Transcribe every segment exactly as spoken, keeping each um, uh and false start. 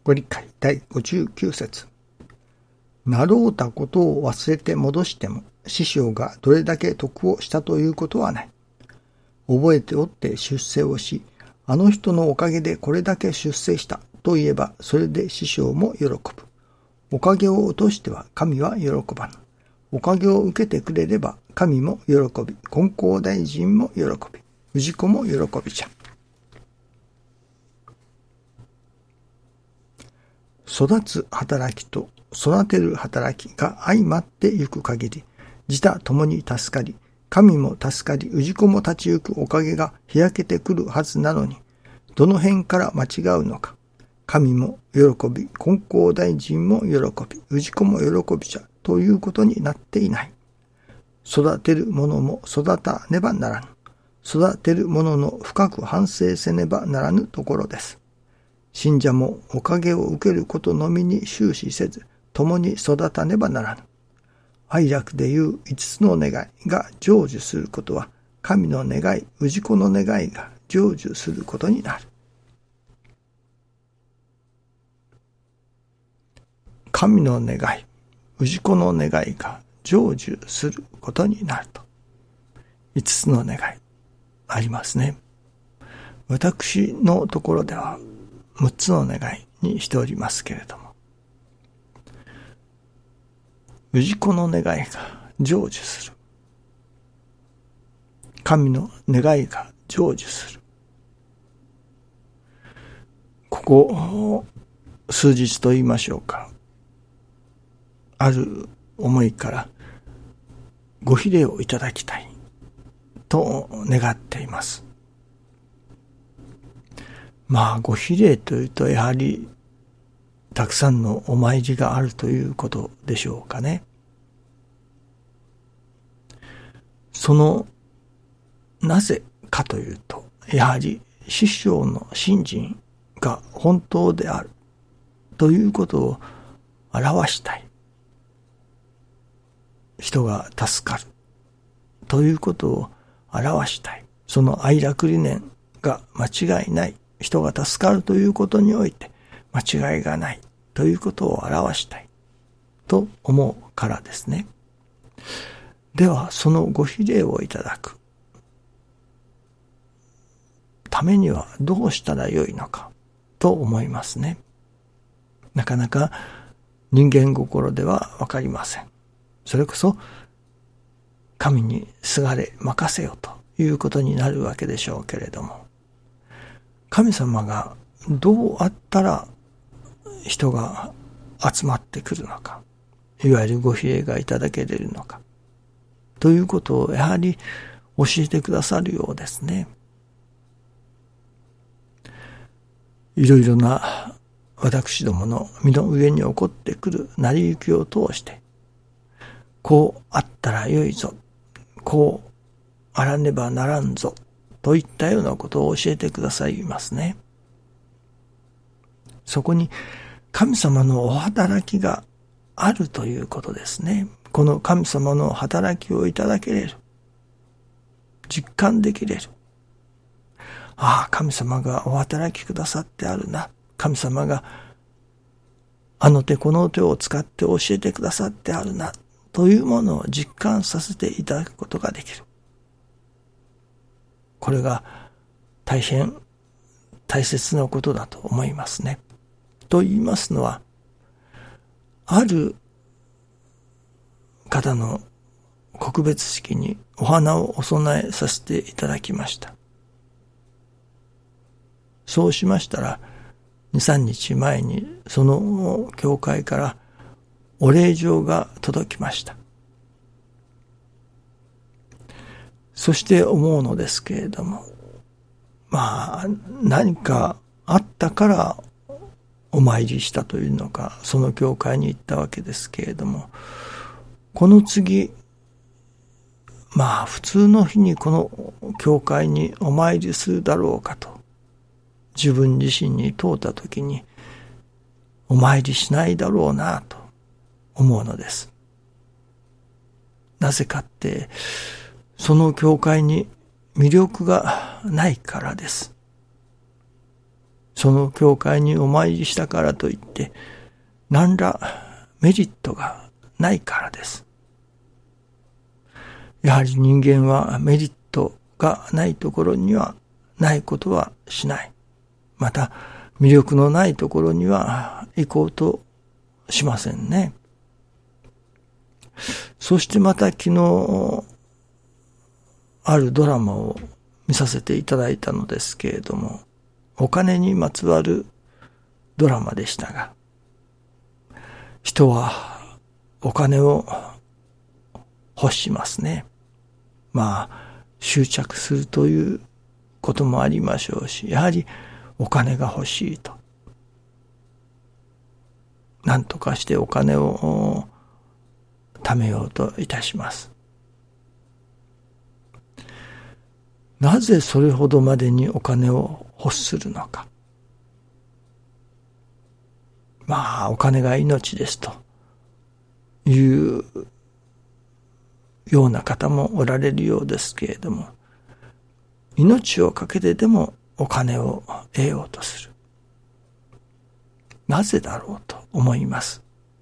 ご理解だいごじゅうきゅう節。なろうたことを忘れて戻しても、師匠がどれだけ得をしたということはない。覚えておって出世をし、あの人のおかげでこれだけ出世したと言えば、それで師匠も喜ぶ。おかげを落としては神は喜ばぬ。おかげを受けてくれれば神も喜び、金光大臣も喜び、氏子も喜びじゃ。育つ働きと育てる働きが相まってゆく限り、自他共に助かり、神も助かり、氏子も立ち行くおかげが開けてくるはずなのに、どの辺から間違うのか。神も喜び、金光大臣も喜び、氏子も喜びじゃということになっていない。育てる者も育たねばならぬ。育てる者の深く反省せねばならぬところです。信者もおかげを受けることのみに終始せず、共に育たねばならぬ。哀楽でいう五つの願いが成就することは、神の願い、氏子の願いが成就することになる。神の願い、氏子の願いが成就することになると。五つの願いありますね。私のところでは六つの願いにしておりますけれども、氏子の願いが成就する。神の願いが成就する。ここ数日と言いましょうか。ある思いからご比例をいただきたいと願っています。まあご比例というとやはりたくさんのお参りがあるということでしょうかね。そのなぜかというと、やはり師匠の信心が本当であるということを表したい。人が助かるということを表したい。その愛楽理念が間違いない。人が助かるということにおいて間違いがないということを表したいと思うからですね。ではそのご比例をいただくためにはどうしたらよいのかと思いますね。なかなか人間心ではわかりません。それこそ神にすがれ任せよということになるわけでしょうけれども、神様がどうあったら人が集まってくるのか、いわゆるご比例がいただけれるのかということをやはり教えてくださるようですね。いろいろな私どもの身の上に起こってくる成り行きを通して、こうあったらよいぞ、こうあらねばならんぞといったようなことを教えてくださいますね。そこに神様のお働きがあるということですね。この神様の働きをいただけれる。実感できれる。ああ、神様がお働きくださってあるな。神様があの手この手を使って教えてくださってあるな。というものを実感させていただくことができる。これが大変大切なことだと思いますね。と言いますのは、ある方の告別式にお花をお供えさせていただきました。そうしましたら、に、さんにちまえにその教会からお礼状が届きました。そして思うのですけれども、まあ何かあったからお参りしたというのか、その教会に行ったわけですけれども、この次、まあ普通の日にこの教会にお参りするだろうかと、自分自身に問うたときに、お参りしないだろうなと思うのです。なぜかって、その教会に魅力がないからです。 その教会にお参りしたからといって何らメリットがないからです。やはり人間はメリットがないところにはないことはしない。また魅力のないところには行こうとしませんね。そしてまた昨日あるドラマを見させていただいたのですけれども、お金にまつわるドラマでしたが、人はお金を欲しますね。まあ執着するということもありましょうし、やはりお金が欲しいと、何とかしてお金を貯めようといたします。なぜそれほどまでにお金を欲するのか。まあお金が命ですというような方もおられるようですけれども、命をかけてでもお金を得ようとする。なぜだろうと思います。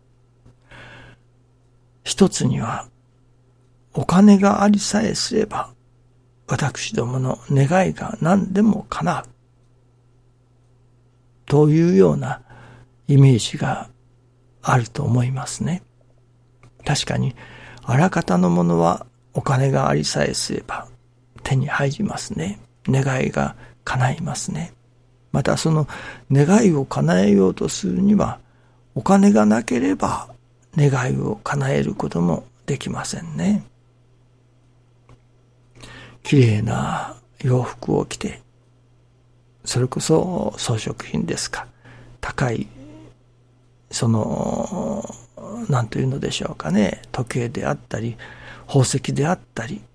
一つには、お金がありさえすれば私どもの願いが何でも叶うというようなイメージがあると思いますね。確かにあらかたのものはお金がありさえすれば手に入りますね。願いが叶いますね。またその願いを叶えようとするにはお金がなければ願いを叶えることもできませんね。きれいな洋服を着て、それこそ装飾品ですか、高いその何というのでしょうかね、時計であったり宝石であったり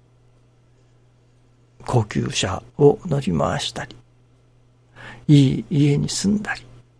高級車を乗り回したり、いい家に住んだり、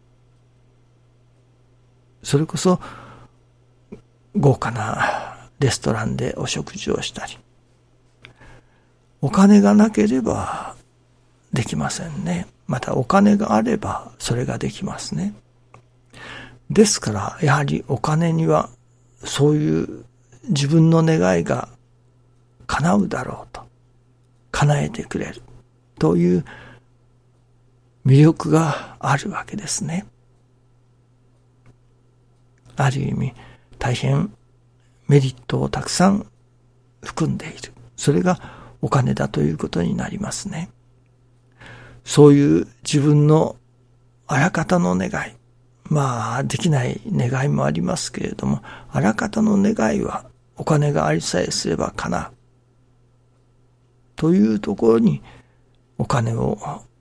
それこそ豪華なレストランでお食事をしたり、お金がなければできませんね。またお金があればそれができますね。ですからやはりお金にはそういう自分の願いが叶うだろうと、叶えてくれるという魅力があるわけですね。ある意味大変メリットをたくさん含んでいる。それがお金だということになりますね。そういう自分のあらかたの願い、まあできない願いもありますけれども、あらかたの願いはお金がありさえすれば叶うというところにお金を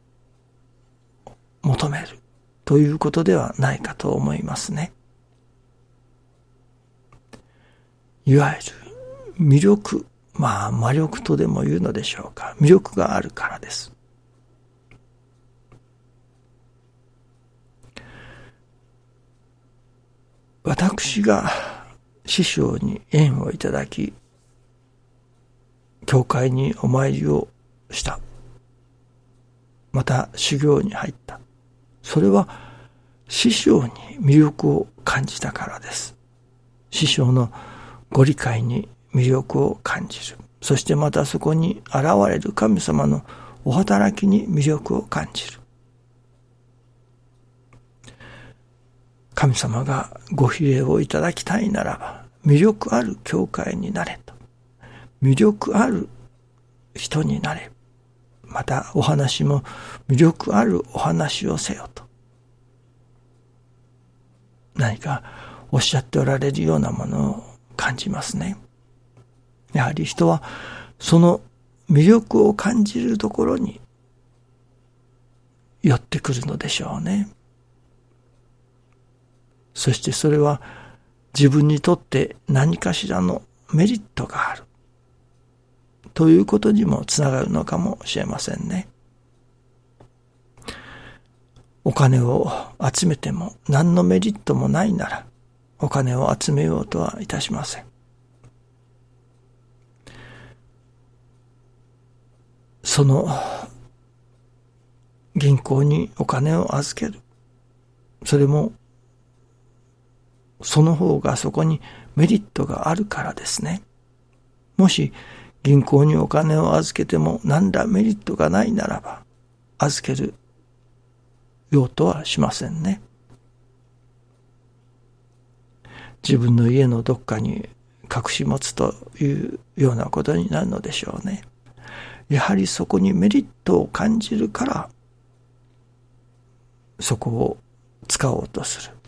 求めるということではないかと思いますね。いわゆる魅力、まあ魔力とでも言うのでしょうか、魅力があるからです。私が師匠に縁をいただき、教会にお参りをした。また修行に入った。それは師匠に魅力を感じたからです。師匠のご理解に魅力を感じる。そしてまたそこに現れる神様のお働きに魅力を感じる。神様がご比例をいただきたいならば、魅力ある教会になれと。魅力ある人になれ。またお話も魅力あるお話をせよと。何かおっしゃっておられるようなものを感じますね。やはり人はその魅力を感じるところに寄ってくるのでしょうね。そしてそれは自分にとって何かしらのメリットがあるということにもつながるのかもしれませんね。お金を集めても何のメリットもないならお金を集めようとはいたしません。その現銀行にお金を預ける。それも、その方がそこにメリットがあるからですね。もし銀行にお金を預けても何らメリットがないならば、預けるようとはしませんね。自分の家のどっかに隠し持つというようなことになるのでしょうね。やはりそこにメリットを感じるから、そこを使おうとする。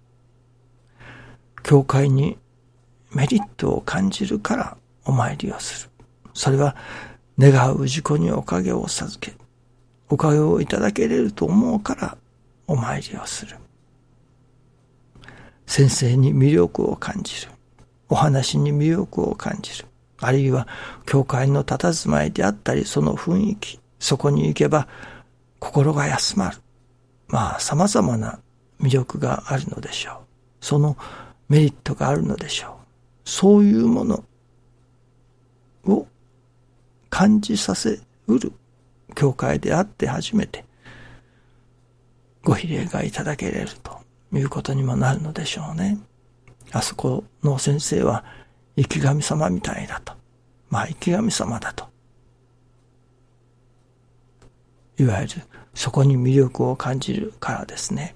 教会にメリットを感じるからお参りをする。それは願う氏子におかげを授け、おかげをいただけれると思うからお参りをする。先生に魅力を感じる。お話に魅力を感じる。あるいは教会の佇まいであったり、その雰囲気、そこに行けば心が休まる。まあ様々な魅力があるのでしょう。そのメリットがあるのでしょう。そういうものを感じさせうる教会であって初めてご比例がいただけれるということにもなるのでしょうね。あそこの先生は生き神様みたいだと。まあ生き神様だと。いわゆるそこに魅力を感じるからですね。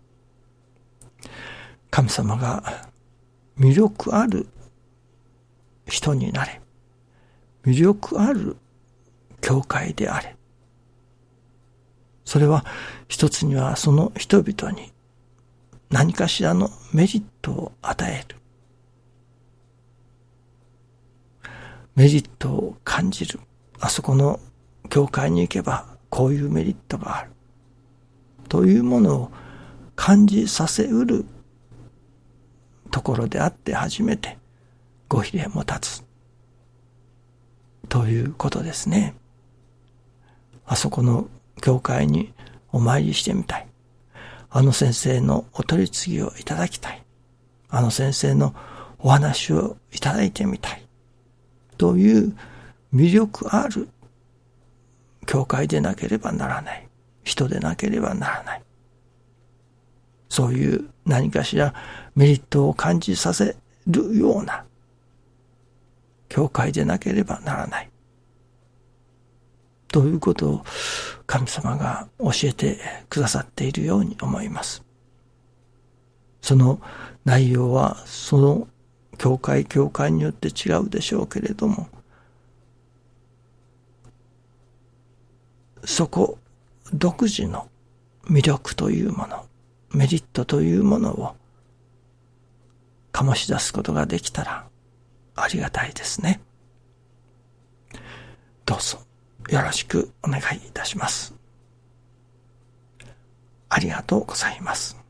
神様が魅力ある人になれ。魅力ある教会であれ。それは一つにはその人々に何かしらのメリットを与える。メリットを感じる。あそこの教会に行けばこういうメリットがある。というものを感じさせうるところであって初めてご比例も立つ。ということですね。あそこの教会にお参りしてみたい。あの先生のお取り次ぎをいただきたい。あの先生のお話をいただいてみたい。という魅力ある教会でなければならない。人でなければならない。そういう何かしらメリットを感じさせるような教会でなければならない。ということを神様が教えてくださっているように思います。その内容はその教会教会によって違うでしょうけれども、そこ独自の魅力というもの、メリットというものを醸し出すことができたらありがたいですね。どうぞよろしくお願いいたします。ありがとうございます。